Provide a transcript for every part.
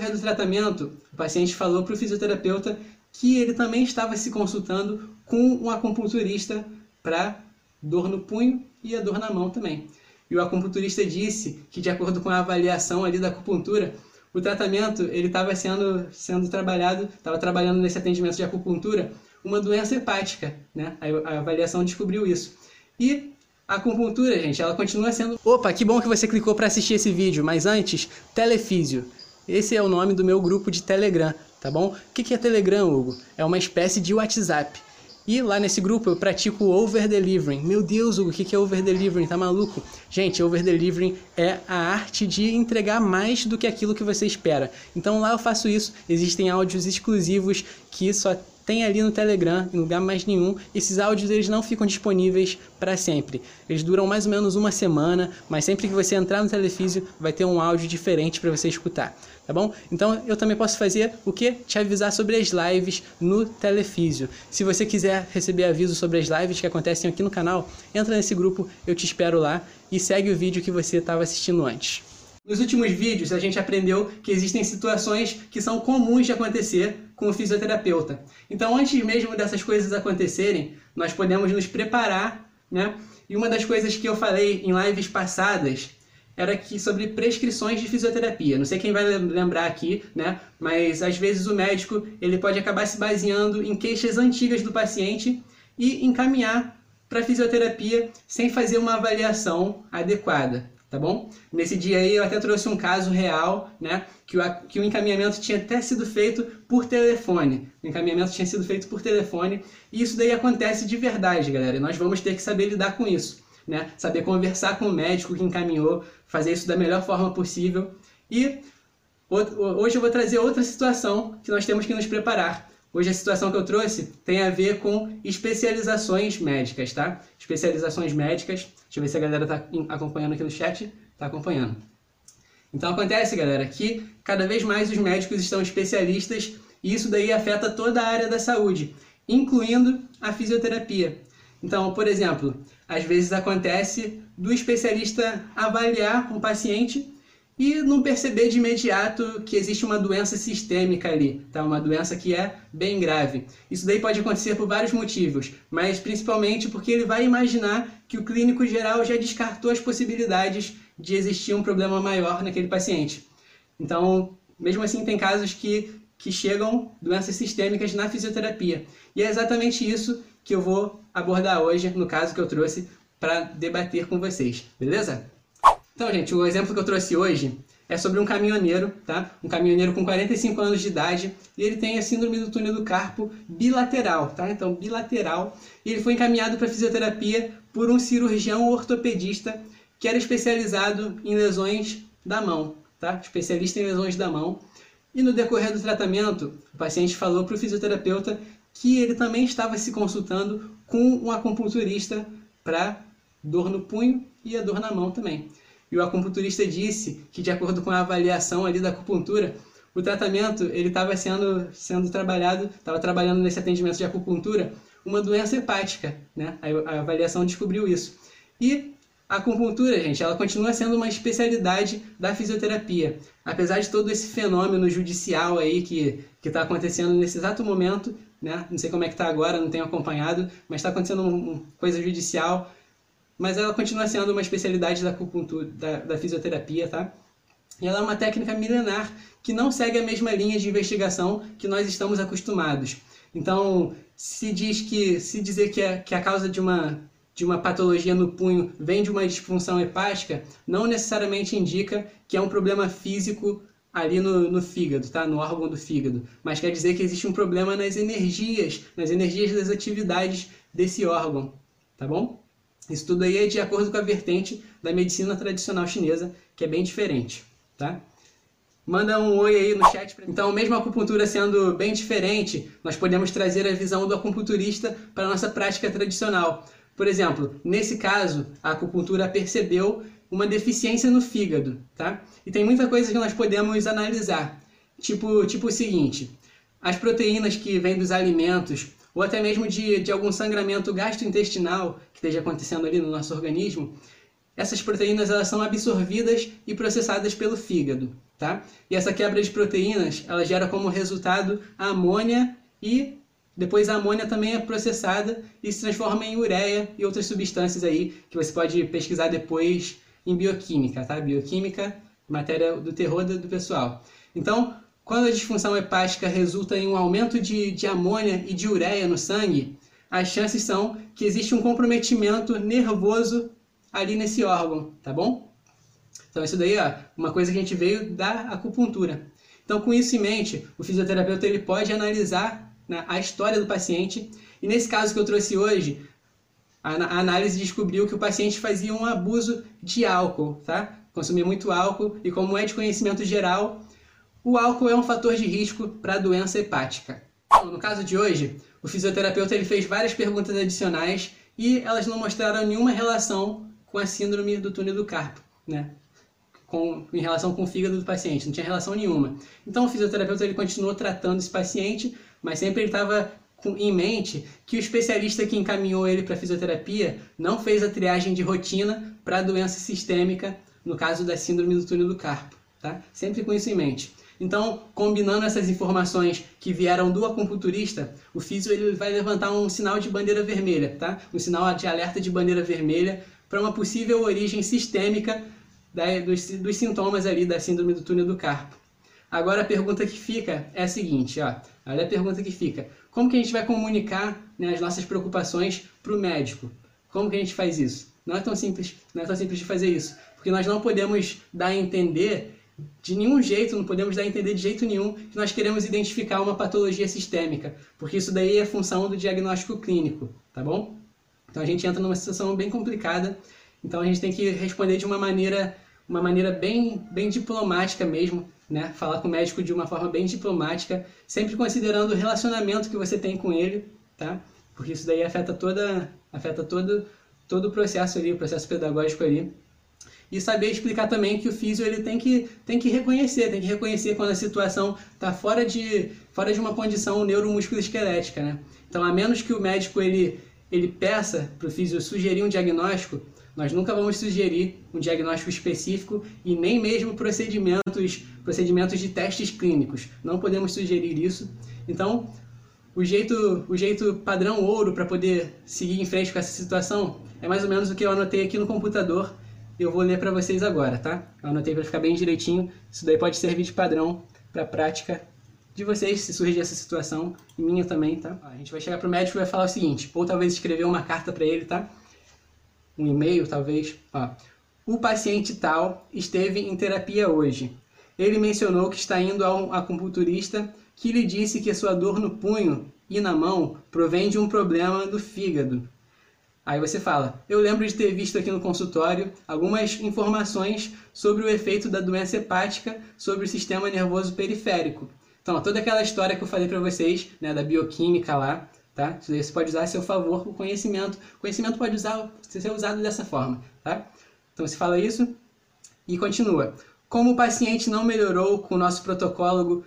Do tratamento, o paciente falou para o fisioterapeuta que ele também estava se consultando com um acupunturista para dor no punho e a dor na mão também. E o acupunturista disse que, de acordo com a avaliação ali da acupuntura, o tratamento ele estava sendo trabalhado, estava trabalhando nesse atendimento de acupuntura, uma doença hepática, né? A avaliação descobriu isso. E a acupuntura, gente, ela continua sendo... Opa, que bom que você clicou para assistir esse vídeo, mas antes, Telefísio. Esse é o nome do meu grupo de Telegram, tá bom? O que é Telegram, Hugo? É uma espécie de WhatsApp. E lá nesse grupo eu pratico over-delivering. Meu Deus, Hugo, o que é over-delivering? Tá maluco? Gente, over-delivering é a arte de entregar mais do que aquilo que você espera. Então lá eu faço isso. Existem áudios exclusivos que só tem ali no Telegram, em lugar mais nenhum. Esses áudios eles não ficam disponíveis para sempre. Eles duram mais ou menos uma semana, mas sempre que você entrar no Telefísio vai ter um áudio diferente para você escutar, tá bom? Então eu também posso fazer o quê? Te avisar sobre as lives no Telefísio. Se você quiser receber aviso sobre as lives que acontecem aqui no canal, entra nesse grupo, eu te espero lá e segue o vídeo que você estava assistindo antes. Nos últimos vídeos, a gente aprendeu que existem situações que são comuns de acontecer com o fisioterapeuta. Então, antes mesmo dessas coisas acontecerem, nós podemos nos preparar, né? E uma das coisas que eu falei em lives passadas era que sobre prescrições de fisioterapia. Não sei quem vai lembrar aqui, né? Mas às vezes o médico ele pode acabar se baseando em queixas antigas do paciente e encaminhar para fisioterapia sem fazer uma avaliação adequada. Tá bom? Nesse dia aí eu até trouxe um caso real, né? Que o encaminhamento tinha até sido feito por telefone. O encaminhamento tinha sido feito por telefone e isso daí acontece de verdade, galera. E nós vamos ter que saber lidar com isso, né? Saber conversar com o médico que encaminhou, fazer isso da melhor forma possível. E hoje eu vou trazer outra situação que nós temos que nos preparar. Hoje a situação que eu trouxe tem a ver com especializações médicas, tá? Especializações médicas. Deixa eu ver se a galera tá acompanhando aqui no chat. Tá acompanhando. Então acontece, galera, que cada vez mais os médicos estão especialistas e isso daí afeta toda a área da saúde, incluindo a fisioterapia. Então, por exemplo, às vezes acontece do especialista avaliar um paciente e não perceber de imediato que existe uma doença sistêmica ali, tá? Uma doença que é bem grave. Isso daí pode acontecer por vários motivos, mas principalmente porque ele vai imaginar que o clínico geral já descartou as possibilidades de existir um problema maior naquele paciente. Então, mesmo assim, tem casos que chegam doenças sistêmicas na fisioterapia. E é exatamente isso que eu vou abordar hoje, no caso que eu trouxe, para debater com vocês, beleza? Então, gente, o exemplo que eu trouxe hoje é sobre um caminhoneiro, tá? Um caminhoneiro com 45 anos de idade e ele tem a síndrome do túnel do carpo bilateral, tá? Então, bilateral. E ele foi encaminhado para fisioterapia por um cirurgião ortopedista que era especializado em lesões da mão, tá? Especialista em lesões da mão. E no decorrer do tratamento, o paciente falou para o fisioterapeuta que ele também estava se consultando com um acupunturista para dor no punho e a dor na mão também. E o acupunturista disse que, de acordo com a avaliação ali da acupuntura, o tratamento ele estava sendo trabalhado, estava trabalhando nesse atendimento de acupuntura, uma doença hepática, né? A avaliação descobriu isso. E a acupuntura, gente, ela continua sendo uma especialidade da fisioterapia. Apesar de todo esse fenômeno judicial aí que está acontecendo nesse exato momento, né? Não sei como é que está agora, não tenho acompanhado, mas está acontecendo uma coisa judicial. Mas ela continua sendo uma especialidade da acupuntura, da fisioterapia, tá? E ela é uma técnica milenar que não segue a mesma linha de investigação que nós estamos acostumados. Então, se dizer que a causa de uma patologia no punho vem de uma disfunção hepática, não necessariamente indica que é um problema físico ali no fígado, tá? No órgão do fígado. Mas quer dizer que existe um problema nas energias das atividades desse órgão, tá bom? Isso tudo aí é de acordo com a vertente da medicina tradicional chinesa, que é bem diferente, tá? Manda um oi aí no chat. Então, mesmo a acupuntura sendo bem diferente, nós podemos trazer a visão do acupunturista para a nossa prática tradicional. Por exemplo, nesse caso, a acupuntura percebeu uma deficiência no fígado, tá? E tem muita coisa que nós podemos analisar. Tipo o seguinte, as proteínas que vêm dos alimentos, ou até mesmo de algum sangramento gastrointestinal que esteja acontecendo ali no nosso organismo, essas proteínas elas são absorvidas e processadas pelo fígado, tá? E essa quebra de proteínas, ela gera como resultado a amônia e depois a amônia também é processada e se transforma em ureia e outras substâncias aí que você pode pesquisar depois em bioquímica, tá? Bioquímica, matéria do terror do pessoal. Então, quando a disfunção hepática resulta em um aumento de amônia e de ureia no sangue, as chances são que existe um comprometimento nervoso ali nesse órgão, tá bom? Então isso daí é uma coisa que a gente veio da acupuntura. Então com isso em mente, o fisioterapeuta ele pode analisar, né, a história do paciente e nesse caso que eu trouxe hoje, a análise descobriu que o paciente fazia um abuso de álcool, tá? Consumia muito álcool e como é de conhecimento geral, o álcool é um fator de risco para a doença hepática. Então, no caso de hoje, o fisioterapeuta ele fez várias perguntas adicionais e elas não mostraram nenhuma relação com a síndrome do túnel do carpo, né? Em relação com o fígado do paciente, não tinha relação nenhuma. Então o fisioterapeuta ele continuou tratando esse paciente, mas sempre ele estava em mente que o especialista que encaminhou ele para a fisioterapia não fez a triagem de rotina para a doença sistêmica, no caso da síndrome do túnel do carpo, tá? Sempre com isso em mente. Então, combinando essas informações que vieram do acupunturista, o físio ele vai levantar um sinal de bandeira vermelha, tá? Um sinal de alerta de bandeira vermelha para uma possível origem sistêmica dos sintomas ali da síndrome do túnel do carpo. Agora a pergunta que fica é a seguinte, ó. Olha a pergunta que fica. Como que a gente vai comunicar, né, as nossas preocupações para o médico? Como que a gente faz isso? Não é tão simples de fazer isso, porque nós não podemos dar a entender de nenhum jeito, não podemos dar a entender de jeito nenhum que nós queremos identificar uma patologia sistêmica, porque isso daí é função do diagnóstico clínico, tá bom? Então a gente entra numa situação bem complicada, então a gente tem que responder de uma maneira bem diplomática mesmo, né? Falar com o médico de uma forma bem diplomática, sempre considerando o relacionamento que você tem com ele, tá? Porque isso daí afeta todo o processo ali, o processo pedagógico ali. E saber explicar também que o físio ele tem que reconhecer quando a situação está fora de uma condição neuromusculoesquelética, né? Então, a menos que o médico ele peça para o físio sugerir um diagnóstico, nós nunca vamos sugerir um diagnóstico específico e nem mesmo procedimentos de testes clínicos. Não podemos sugerir isso. Então, o jeito padrão ouro para poder seguir em frente com essa situação é mais ou menos o que eu anotei aqui no computador. Eu vou ler para vocês agora, tá? Eu anotei para ficar bem direitinho. Isso daí pode servir de padrão para a prática de vocês, se surgir essa situação, e minha também, tá? A gente vai chegar pro médico e vai falar o seguinte, ou talvez escrever uma carta para ele, tá? Um e-mail, talvez. Ó. O paciente tal esteve em terapia hoje. Ele mencionou que está indo a um acupunturista que lhe disse que a sua dor no punho e na mão provém de um problema do fígado. Aí você fala, eu lembro de ter visto aqui no consultório algumas informações sobre o efeito da doença hepática sobre o sistema nervoso periférico. Então, toda aquela história que eu falei para vocês, né, da bioquímica lá, tá? Isso daí você pode usar a seu favor o conhecimento. O conhecimento pode ser usado dessa forma, tá? Então, você fala isso e continua. Como o paciente não melhorou com o nosso protocolo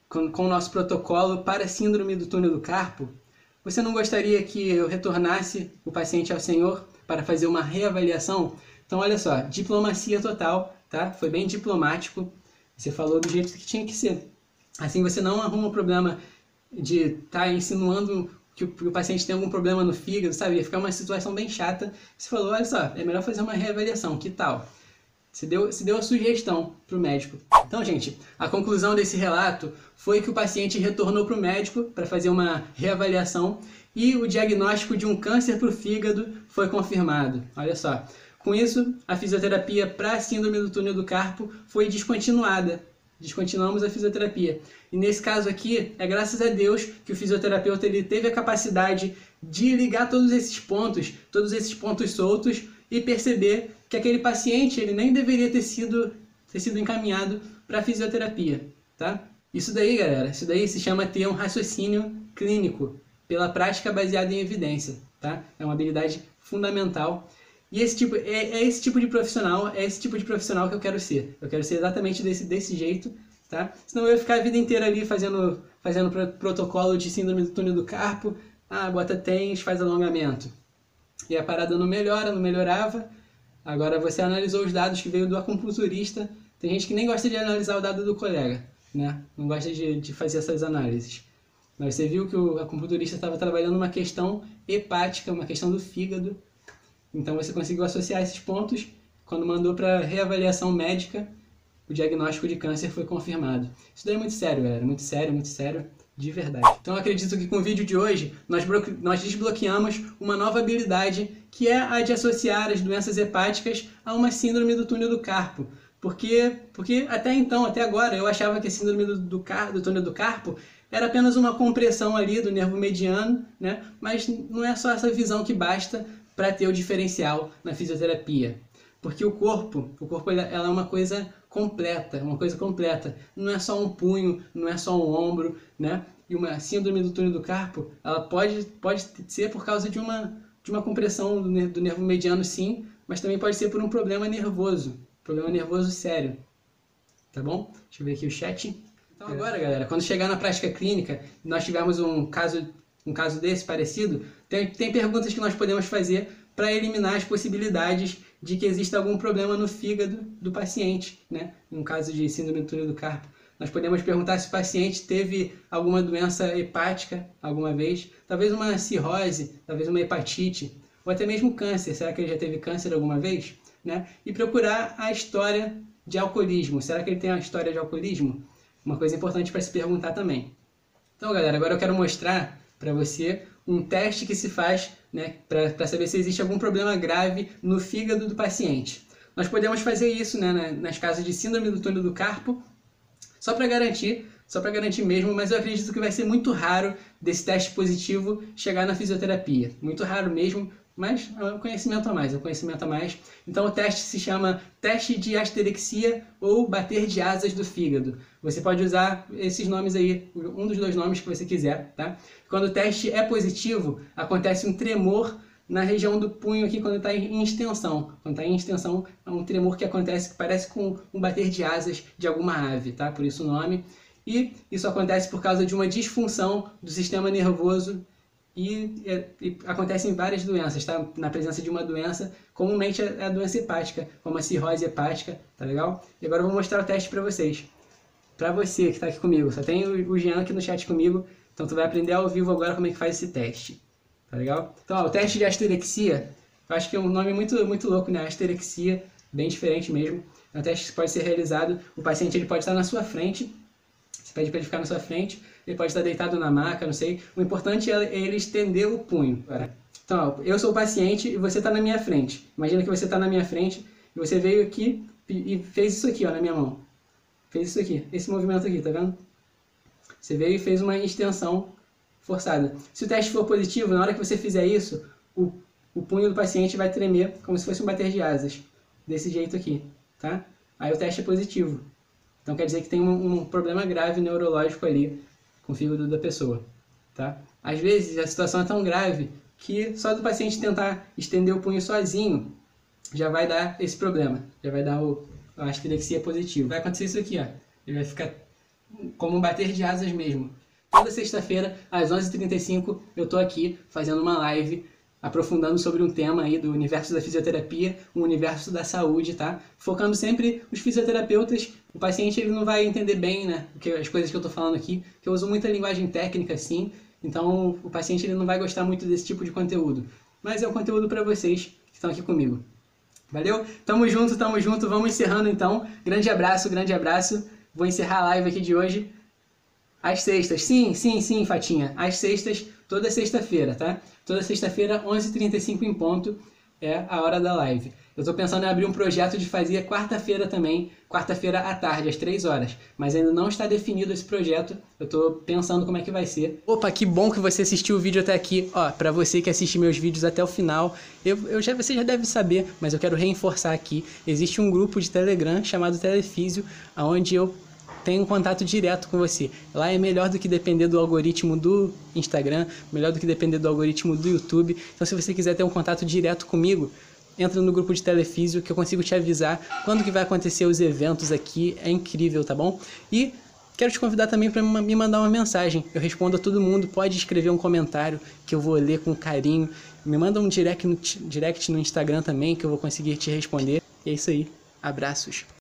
para a síndrome do túnel do carpo, você não gostaria que eu retornasse o paciente ao senhor para fazer uma reavaliação? Então, olha só, diplomacia total, tá? Foi bem diplomático. Você falou do jeito que tinha que ser. Assim você não arruma o problema de estar insinuando que o paciente tem algum problema no fígado, sabe? Ia ficar uma situação bem chata. Você falou, olha só, é melhor fazer uma reavaliação, que tal? Se deu a sugestão para o médico. Então, gente, a conclusão desse relato foi que o paciente retornou para o médico para fazer uma reavaliação e o diagnóstico de um câncer para o fígado foi confirmado. Olha só. Com isso, a fisioterapia para a síndrome do túnel do carpo foi descontinuada. Descontinuamos a fisioterapia. E nesse caso aqui, é graças a Deus que o fisioterapeuta ele teve a capacidade de ligar todos esses pontos soltos e perceber que aquele paciente ele nem deveria ter sido encaminhado para a fisioterapia, tá? Isso daí, galera, isso daí se chama ter um raciocínio clínico pela prática baseada em evidência, tá? É uma habilidade fundamental. E esse tipo de profissional que eu quero ser. Eu quero ser exatamente desse jeito, tá? Senão eu ia ficar a vida inteira ali fazendo protocolo de síndrome do túnel do carpo. Ah, bota TENS, faz alongamento. E a parada não melhorava. Agora você analisou os dados que veio do acupunturista, Tem gente que nem gosta de analisar o dado do colega, né? Não gosta de fazer essas análises. Mas você viu que o acupunturista estava trabalhando uma questão hepática, uma questão do fígado. Então você conseguiu associar esses pontos. Quando mandou para reavaliação médica, o diagnóstico de câncer foi confirmado. Isso daí é muito sério, galera. Muito sério, de verdade. Então eu acredito que com o vídeo de hoje, nós desbloqueamos uma nova habilidade, que é a de associar as doenças hepáticas a uma síndrome do túnel do carpo. Porque até então, até agora, eu achava que a síndrome do túnel do carpo era apenas uma compressão ali do nervo mediano, né? Mas não é só essa visão que basta para ter o diferencial na fisioterapia. Porque o corpo ela é uma coisa completa, Não é só um punho, não é só um ombro, né? E uma síndrome do túnel do carpo, ela pode ser por causa de uma compressão do nervo mediano, sim, mas também pode ser por um problema nervoso sério. Tá bom? Deixa eu ver aqui o chat. Então agora, galera, quando chegar na prática clínica, nós tivermos um caso desse parecido, tem perguntas que nós podemos fazer para eliminar as possibilidades de que exista algum problema no fígado do paciente, né? No caso de síndrome do túnel do carpo. Nós podemos perguntar se o paciente teve alguma doença hepática alguma vez, talvez uma cirrose, talvez uma hepatite, ou até mesmo câncer. Será que ele já teve câncer alguma vez? Né? E procurar a história de alcoolismo. Será que ele tem uma história de alcoolismo? Uma coisa importante para se perguntar também. Então, galera, agora eu quero mostrar para você um teste que se faz, né, para saber se existe algum problema grave no fígado do paciente. Nós podemos fazer isso, né, nas casos de síndrome do túnel do carpo, só para garantir mesmo, mas eu acredito que vai ser muito raro desse teste positivo chegar na fisioterapia. Muito raro mesmo, mas é um conhecimento a mais, Então o teste se chama teste de asterexia ou bater de asas do fígado. Você pode usar esses nomes aí, um dos dois nomes que você quiser, tá? Quando o teste é positivo, acontece um tremor na região do punho aqui quando está em extensão. Quando está em extensão, é um tremor que acontece, que parece com um bater de asas de alguma ave, tá? Por isso o nome. E isso acontece por causa de uma disfunção do sistema nervoso e acontece em várias doenças, tá? Na presença de uma doença, comumente é a doença hepática, como a cirrose hepática, tá legal? E agora eu vou mostrar o teste para vocês. Para você que está aqui comigo, só tem o Jean aqui no chat comigo, então tu vai aprender ao vivo agora como é que faz esse teste, tá legal? Então, ó, o teste de asterexia, eu acho que é um nome muito louco, né? Asterexia, bem diferente mesmo. É um teste que pode ser realizado, o paciente ele pode estar na sua frente, você pede para ele ficar na sua frente, ele pode estar deitado na maca, não sei. O importante é ele estender o punho. Então, ó, eu sou o paciente e você está na minha frente. Imagina que você está na minha frente e você veio aqui e fez isso aqui, ó, na minha mão. Fez isso aqui, esse movimento aqui, tá vendo? Você veio e fez uma extensão forçada. Se o teste for positivo, na hora que você fizer isso, o punho do paciente vai tremer como se fosse um bater de asas. Desse jeito aqui, tá? Aí o teste é positivo. Então quer dizer que tem um problema grave neurológico ali com o fígado da pessoa, tá? Às vezes a situação é tão grave que só do paciente tentar estender o punho sozinho já vai dar esse problema, já vai dar a asterexia positivo. Vai acontecer isso aqui, ó. Ele vai ficar como um bater de asas mesmo. Toda sexta-feira, às 11h35, eu tô aqui fazendo uma live aprofundando sobre um tema aí do universo da fisioterapia, um universo da saúde, tá? Focando sempre os fisioterapeutas. O paciente ele não vai entender bem, né, as coisas que eu tô falando aqui, que eu uso muita linguagem técnica, sim. Então, o paciente ele não vai gostar muito desse tipo de conteúdo. Mas é um conteúdo para vocês que estão aqui comigo. Valeu? Tamo junto, vamos encerrando então. Grande abraço. Vou encerrar a live aqui de hoje. Às sextas, sim, Fatinha. Às sextas, toda sexta-feira, tá? Toda sexta-feira, 11h35 em ponto, é a hora da live. Eu tô pensando em abrir um projeto de fazer quarta-feira também, quarta-feira à tarde, às 3 horas. Mas ainda não está definido esse projeto, eu tô pensando como é que vai ser. Opa, que bom que você assistiu o vídeo até aqui. Ó, pra você que assiste meus vídeos até o final, você já deve saber, mas eu quero reforçar aqui. Existe um grupo de Telegram chamado Telefísio, onde eu tenho um contato direto com você. Lá é melhor do que depender do algoritmo do Instagram, melhor do que depender do algoritmo do YouTube. Então, se você quiser ter um contato direto comigo, entra no grupo de Telefísio que eu consigo te avisar quando que vai acontecer os eventos aqui. É incrível, tá bom? E quero te convidar também para me mandar uma mensagem. Eu respondo a todo mundo. Pode escrever um comentário que eu vou ler com carinho. Me manda um direct no Instagram também que eu vou conseguir te responder. E é isso aí. Abraços.